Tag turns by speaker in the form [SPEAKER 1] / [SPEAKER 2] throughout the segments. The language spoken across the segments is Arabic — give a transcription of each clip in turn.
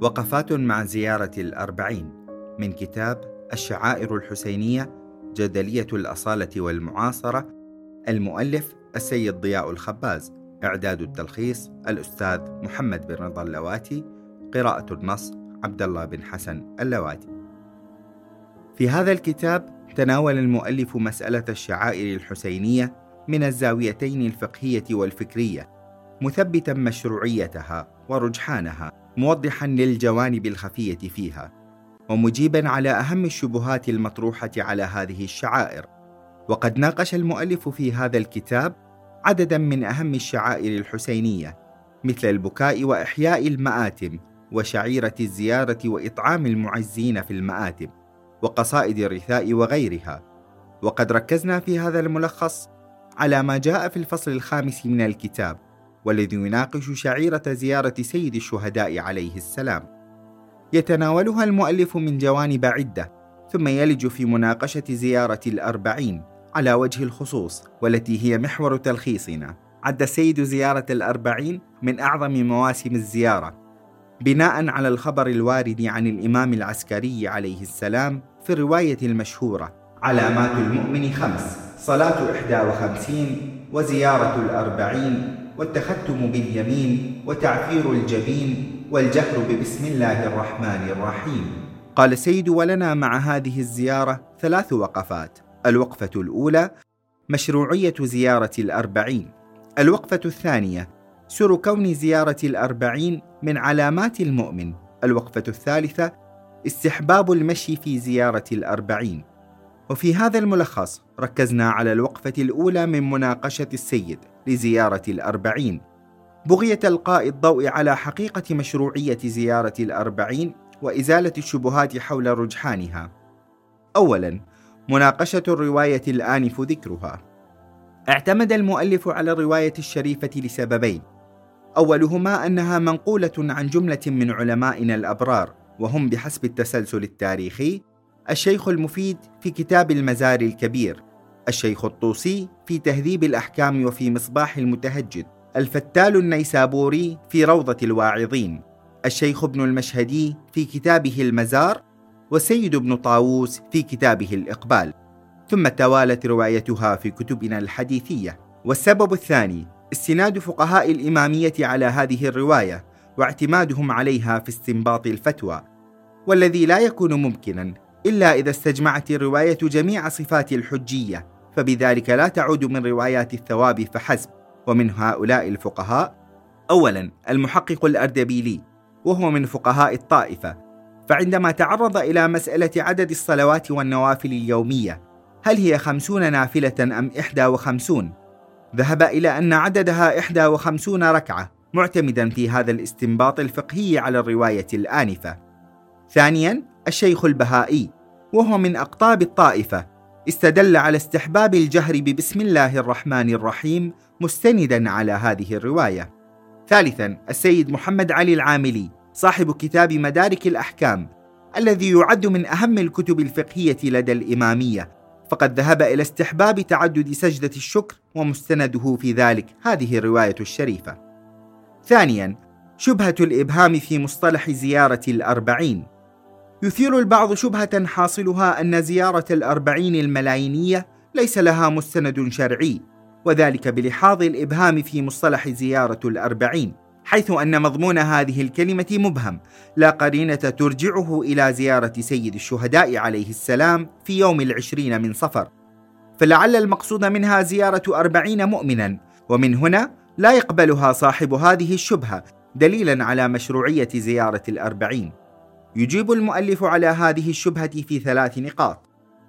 [SPEAKER 1] وقفات مع زيارة الأربعين من كتاب الشعائر الحسينية جدلية الأصالة والمعاصرة. المؤلف السيد ضياء الخباز. إعداد التلخيص الأستاذ محمد بن رضا اللواتي. قراءة النص عبد الله بن حسن اللواتي. في هذا الكتاب تناول المؤلف مسألة الشعائر الحسينية من الزاويتين الفقهية والفكرية، مثبتا مشروعيتها ورجحانها، موضحا للجوانب الخفية فيها، ومجيبا على أهم الشبهات المطروحة على هذه الشعائر. وقد ناقش المؤلف في هذا الكتاب عددا من أهم الشعائر الحسينية، مثل البكاء وإحياء المآتم، وشعيرة الزيارة وإطعام المعزين في المآتم، وقصائد الرثاء وغيرها. وقد ركزنا في هذا الملخص على ما جاء في الفصل الخامس من الكتاب، والذي يناقش شعيرة زيارة سيد الشهداء عليه السلام. يتناولها المؤلف من جوانب عدة، ثم يلج في مناقشة زيارة الأربعين على وجه الخصوص، والتي هي محور تلخيصنا. عد السيد زيارة الأربعين من أعظم مواسم الزيارة، بناء على الخبر الوارد عن الإمام العسكري عليه السلام في الرواية المشهورة: علامات المؤمن 5، صلاة 51، وزيارة الأربعين، والتختم باليمين، وتعفير الجبين، والجهر ببسم الله الرحمن الرحيم. قال السيد: ولنا مع هذه الزيارة 3 وقفات. الوقفة الأولى: مشروعية زيارة الأربعين. الوقفة الثانية: سر كون زيارة الأربعين من علامات المؤمن. الوقفة الثالثة: استحباب المشي في زيارة الأربعين. وفي هذا الملخص ركزنا على الوقفة الأولى من مناقشة السيد لزيارة الأربعين، بغية إلقاء الضوء على حقيقة مشروعية زيارة الأربعين وإزالة الشبهات حول رجحانها. أولاً، مناقشة الرواية الآنف ذكرها. اعتمد المؤلف على الرواية الشريفة لسببين: أولهما أنها منقولة عن جملة من علمائنا الأبرار، وهم بحسب التسلسل التاريخي الشيخ المفيد في كتاب المزار الكبير، الشيخ الطوسي في تهذيب الأحكام وفي مصباح المتهجد، الفتال النيسابوري في روضة الواعظين، الشيخ ابن المشهدي في كتابه المزار، وسيد ابن طاووس في كتابه الإقبال، ثم توالت روايتها في كتبنا الحديثية. والسبب الثاني: استناد فقهاء الإمامية على هذه الرواية واعتمادهم عليها في استنباط الفتوى، والذي لا يكون ممكنا إلا إذا استجمعت الرواية جميع صفات الحجية، فبذلك لا تعود من روايات الثواب فحسب. ومن هؤلاء الفقهاء: أولا، المحقق الأردبيلي، وهو من فقهاء الطائفة، فعندما تعرض إلى مسألة عدد الصلوات والنوافل اليومية، هل هي 50 نافلة أم 51، ذهب إلى أن عددها 51 ركعة، معتمدا في هذا الاستنباط الفقهي على الرواية الآنفة. ثانيا، الشيخ البهائي، وهو من أقطاب الطائفة، استدل على استحباب الجهر ببسم الله الرحمن الرحيم مستندا على هذه الرواية. ثالثا، السيد محمد علي العاملي، صاحب كتاب مدارك الأحكام، الذي يعد من أهم الكتب الفقهية لدى الإمامية، فقد ذهب إلى استحباب تعدد سجدة الشكر، ومستنده في ذلك هذه الرواية الشريفة. ثانيا، شبهة الإبهام في مصطلح زيارة الأربعين. يثير البعض شبهة حاصلها أن زيارة الأربعين الملايينية ليس لها مستند شرعي، وذلك بلحاظ الإبهام في مصطلح زيارة الأربعين، حيث أن مضمون هذه الكلمة مبهم، لا قرينة ترجعه إلى زيارة سيد الشهداء عليه السلام في يوم 20 من صفر، فلعل المقصود منها زيارة 40 مؤمنا، ومن هنا لا يقبلها صاحب هذه الشبهة دليلا على مشروعية زيارة الأربعين. يجيب المؤلف على هذه الشبهة في 3 نقاط.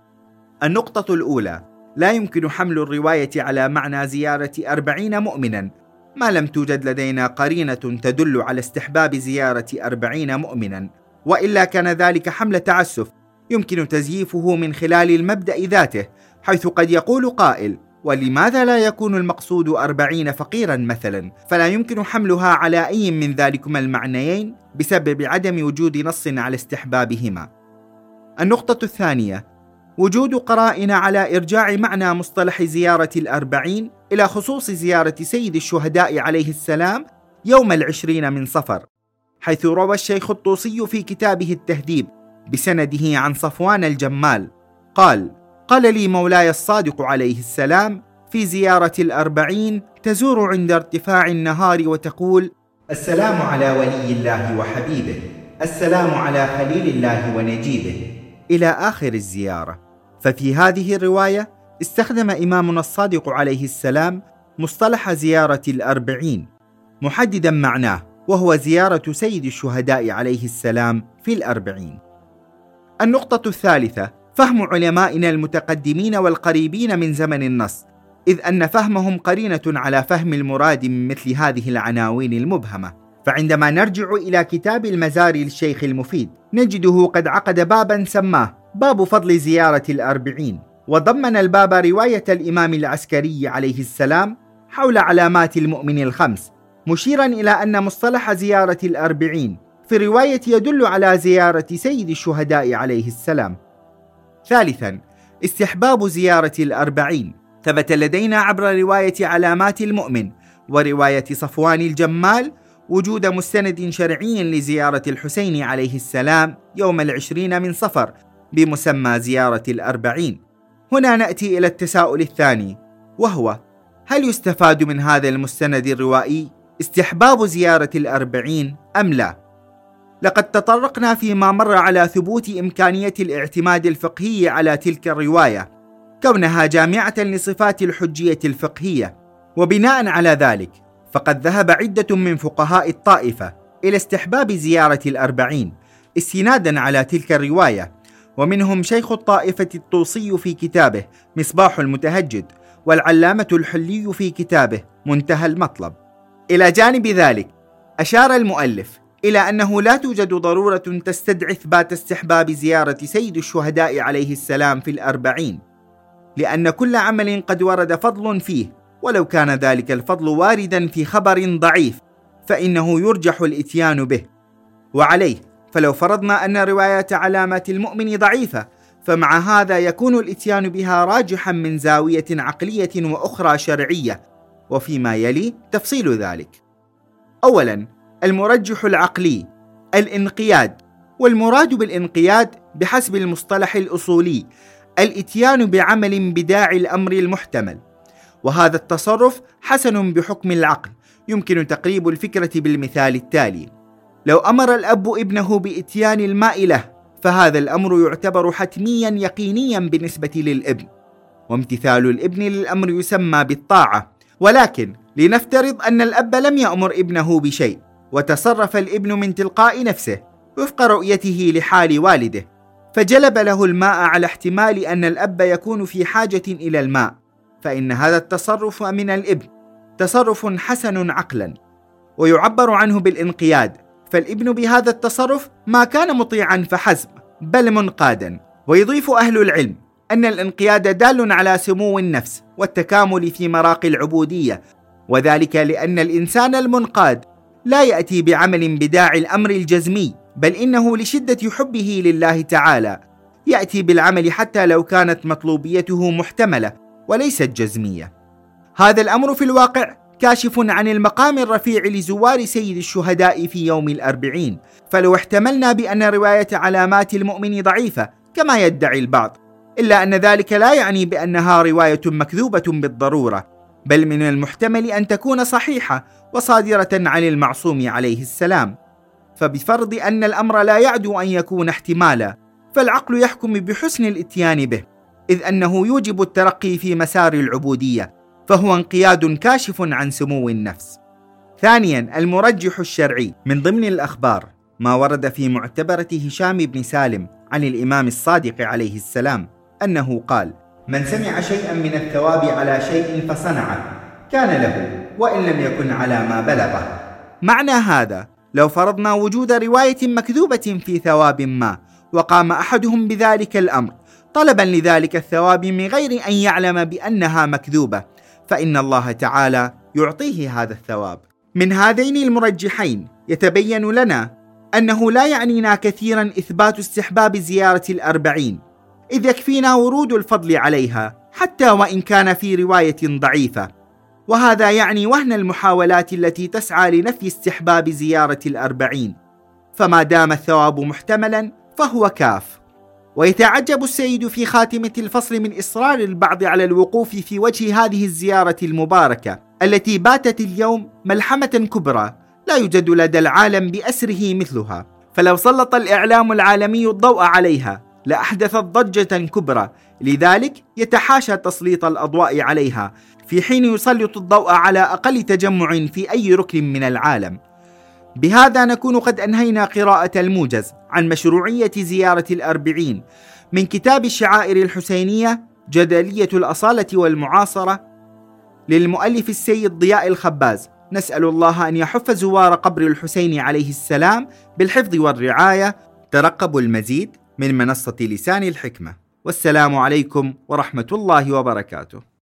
[SPEAKER 1] النقطة الأولى: لا يمكن حمل الرواية على معنى زيارة 40 مؤمنا ما لم توجد لدينا قرينة تدل على استحباب زيارة 40 مؤمنا، وإلا كان ذلك حمل تعسف يمكن تزييفه من خلال المبدأ ذاته، حيث قد يقول قائل: ولماذا لا يكون المقصود 40 فقيرا مثلا؟ فلا يمكن حملها على أي من ذلكما المعنيين بسبب عدم وجود نص على استحبابهما. النقطة الثانية: وجود قرائن على إرجاع معنى مصطلح زيارة الأربعين إلى خصوص زيارة سيد الشهداء عليه السلام يوم 20 من صفر، حيث روى الشيخ الطوسي في كتابه التهذيب بسنده عن صفوان الجمال قال: قال لي مولاي الصادق عليه السلام في زيارة 40 تزور عند ارتفاع النهار وتقول: السلام على ولي الله وحبيبه، السلام على خليل الله ونجيبه، إلى آخر الزيارة. ففي هذه الرواية استخدم إمامنا الصادق عليه السلام مصطلح زيارة 40 محددا معناه، وهو زيارة سيد الشهداء عليه السلام في 40. النقطة الثالثة: فهم علمائنا المتقدمين والقريبين من زمن النص، إذ أن فهمهم قرينة على فهم المراد من مثل هذه العناوين المبهمة. فعندما نرجع إلى كتاب المزار للشيخ المفيد نجده قد عقد بابا سماه باب فضل زيارة 40، وضمن الباب رواية الإمام العسكري عليه السلام حول علامات المؤمن ال5، مشيرا إلى أن مصطلح زيارة 40 في الرواية يدل على زيارة سيد الشهداء عليه السلام. ثالثا: استحباب زيارة 40. ثبت لدينا عبر رواية علامات المؤمن ورواية صفوان الجمال وجود مستند شرعي لزيارة الحسين عليه السلام يوم 20 من صفر بمسمى زيارة 40. هنا نأتي إلى التساؤل الثاني، وهو: هل يستفاد من هذا المستند الروائي استحباب زيارة 40 أم لا؟ لقد تطرقنا فيما مر على ثبوت إمكانية الاعتماد الفقهي على تلك الرواية كونها جامعة لصفات الحجية الفقهية، وبناء على ذلك فقد ذهب عدة من فقهاء الطائفة إلى استحباب زيارة 40 استنادا على تلك الرواية، ومنهم شيخ الطائفة الطوسي في كتابه مصباح المتهجد، والعلامة الحلي في كتابه منتهى المطلب. إلى جانب ذلك أشار المؤلف إلى أنه لا توجد ضرورة تستدعي إثبات استحباب زيارة سيد الشهداء عليه السلام في 40، لأن كل عمل قد ورد فضل فيه، ولو كان ذلك الفضل واردا في خبر ضعيف فإنه يرجح الإتيان به. وعليه فلو فرضنا أن رواية علامات المؤمن ضعيفة، فمع هذا يكون الإتيان بها راجحا من زاوية عقلية وأخرى شرعية، وفيما يلي تفصيل ذلك. أولا: المرجح العقلي الانقياد، والمراد بالانقياد بحسب المصطلح الأصولي الإتيان بعمل بداعي الأمر المحتمل، وهذا التصرف حسن بحكم العقل. يمكن تقريب الفكرة بالمثال التالي: لو أمر الأب ابنه بإتيان الماء له، فهذا الأمر يعتبر حتميا يقينيا بالنسبة للابن، وامتثال الابن للأمر يسمى بالطاعة. ولكن لنفترض أن الأب لم يأمر ابنه بشيء، وتصرف الابن من تلقاء نفسه وفق رؤيته لحال والده، فجلب له الماء على احتمال أن الأب يكون في حاجة إلى الماء، فإن هذا التصرف من الابن تصرف حسن عقلا، ويعبر عنه بالانقياد. فالابن بهذا التصرف ما كان مطيعا فحسب، بل منقادا. ويضيف أهل العلم أن الانقياد دال على سمو النفس والتكامل في مراقي العبودية، وذلك لأن الإنسان المنقاد لا يأتي بعمل بداعي الأمر الجزمي، بل إنه لشدة حبه لله تعالى يأتي بالعمل حتى لو كانت مطلوبيته محتملة وليست جزمية. هذا الأمر في الواقع كاشف عن المقام الرفيع لزوار سيد الشهداء في يوم 40، فلو احتملنا بأن رواية علامات المؤمن ضعيفة كما يدعي البعض، إلا أن ذلك لا يعني بأنها رواية مكذوبة بالضرورة، بل من المحتمل أن تكون صحيحة وصادرة عن المعصوم عليه السلام. فبفرض أن الأمر لا يعدو أن يكون احتمالا، فالعقل يحكم بحسن الإتيان به، إذ أنه يوجب الترقي في مسار العبودية، فهو انقياد كاشف عن سمو النفس. ثانيا: المرجح الشرعي. من ضمن الأخبار ما ورد في معتبرة هشام بن سالم عن الإمام الصادق عليه السلام أنه قال: من سمع شيئا من الثواب على شيء فصنعه كان له وإن لم يكن على ما بلغه. معنى هذا لو فرضنا وجود رواية مكذوبة في ثواب ما، وقام أحدهم بذلك الأمر طلبا لذلك الثواب من غير أن يعلم بأنها مكذوبة، فإن الله تعالى يعطيه هذا الثواب. من هذين المرجحين يتبين لنا أنه لا يعنينا كثيرا إثبات استحباب زيارة 40، إذ يكفينا ورود الفضل عليها حتى وإن كان في رواية ضعيفة، وهذا يعني وهن المحاولات التي تسعى لنفي استحباب زيارة 40 فما دام الثواب محتملا فهو كاف. ويتعجب السيد في خاتمة الفصل من إصرار البعض على الوقوف في وجه هذه الزيارة المباركة التي باتت اليوم ملحمة كبرى لا يوجد لدى العالم بأسره مثلها، فلو سلط الإعلام العالمي الضوء عليها لأحدثت ضجة كبرى، لذلك يتحاشى تسليط الأضواء عليها في حين يسلط الضوء على أقل تجمع في أي ركن من العالم. بهذا نكون قد أنهينا قراءة الموجز عن مشروعية زيارة الأربعين من كتاب الشعائر الحسينية جدلية الأصالة والمعاصرة للمؤلف السيد ضياء الخباز. نسأل الله أن يحف زوار قبر الحسين عليه السلام بالحفظ والرعاية. ترقبوا المزيد من منصة لسان الحكمة، والسلام عليكم ورحمة الله وبركاته.